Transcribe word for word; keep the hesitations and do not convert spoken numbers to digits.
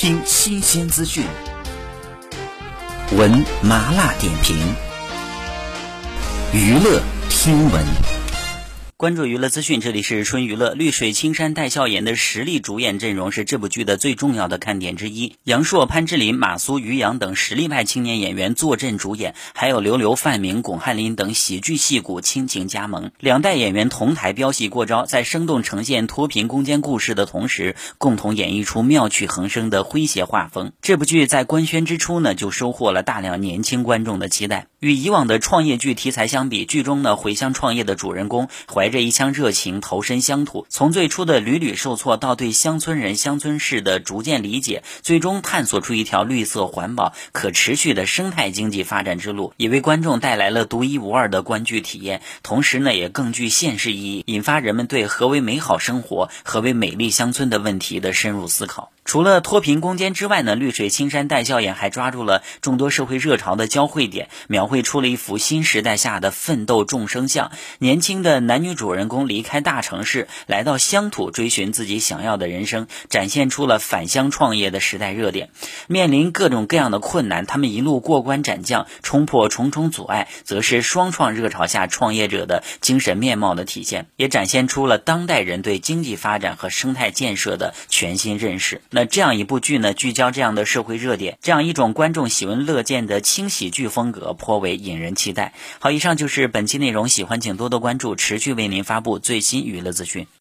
听新鲜资讯，闻麻辣点评，娱乐听闻。 关注娱乐资讯，这里是春娱乐。绿水青山戴孝严的实力主演阵容是这部剧的最重要的看点之一。杨烁、潘之琳、马苏、于洋等实力派青年演员坐镇主演，还有刘刘、范明、巩汉林等喜剧戏骨倾情加盟。两代演员同台飙戏过招，在生动呈现脱贫攻坚故事的同时，共同演绎出妙趣横生的诙谐画风。这部剧在官宣之初呢，就收获了大量年轻观众的期待。与以往的创业剧题材相比，剧中呢回乡创业的主人公怀着一腔热情投身乡土，从最初的屡屡受挫到对乡村人乡村事的逐渐理解，最终探索出一条绿色环保可持续的生态经济发展之路，也为观众带来了独一无二的观剧体验。同时呢也更具现实意义，引发人们对何为美好生活、何为美丽乡村的问题的深入思考。除了脱贫攻坚之外呢，绿水青山戴孝严还抓住了众多社会热潮的交汇点，描绘出了一幅新时代下的奋斗众生相。年轻的男女主人公离开大城市，来到乡土追寻自己想要的人生，展现出了返乡创业的时代热点。面临各种各样的困难，他们一路过关斩将，冲破重重阻碍，则是双创热潮下创业者的精神面貌的体现，也展现出了当代人对经济发展和生态建设的全新认识。那这样一部剧呢，聚焦这样的社会热点，这样一种观众喜闻乐见的轻喜剧风格，颇为引人期待。好，以上就是本期内容，喜欢请多多关注，持续为您发布最新娱乐资讯。